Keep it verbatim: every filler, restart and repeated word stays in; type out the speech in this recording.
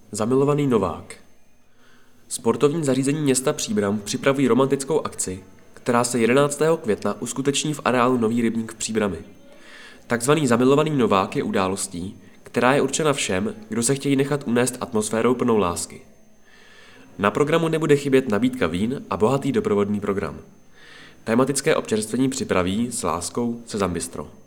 Zamilovaný Novák. Sportovní zařízení města Příbram připravují romantickou akci, která se jedenáctého května uskuteční v areálu Nový rybník v Příbrami. Takzvaný Zamilovaný Novák je událostí, která je určena všem, kdo se chtějí nechat unést atmosférou plnou lásky. Na programu nebude chybět nabídka vín a bohatý doprovodný program. Tematické občerstvení připraví s láskou Sezam Bistro.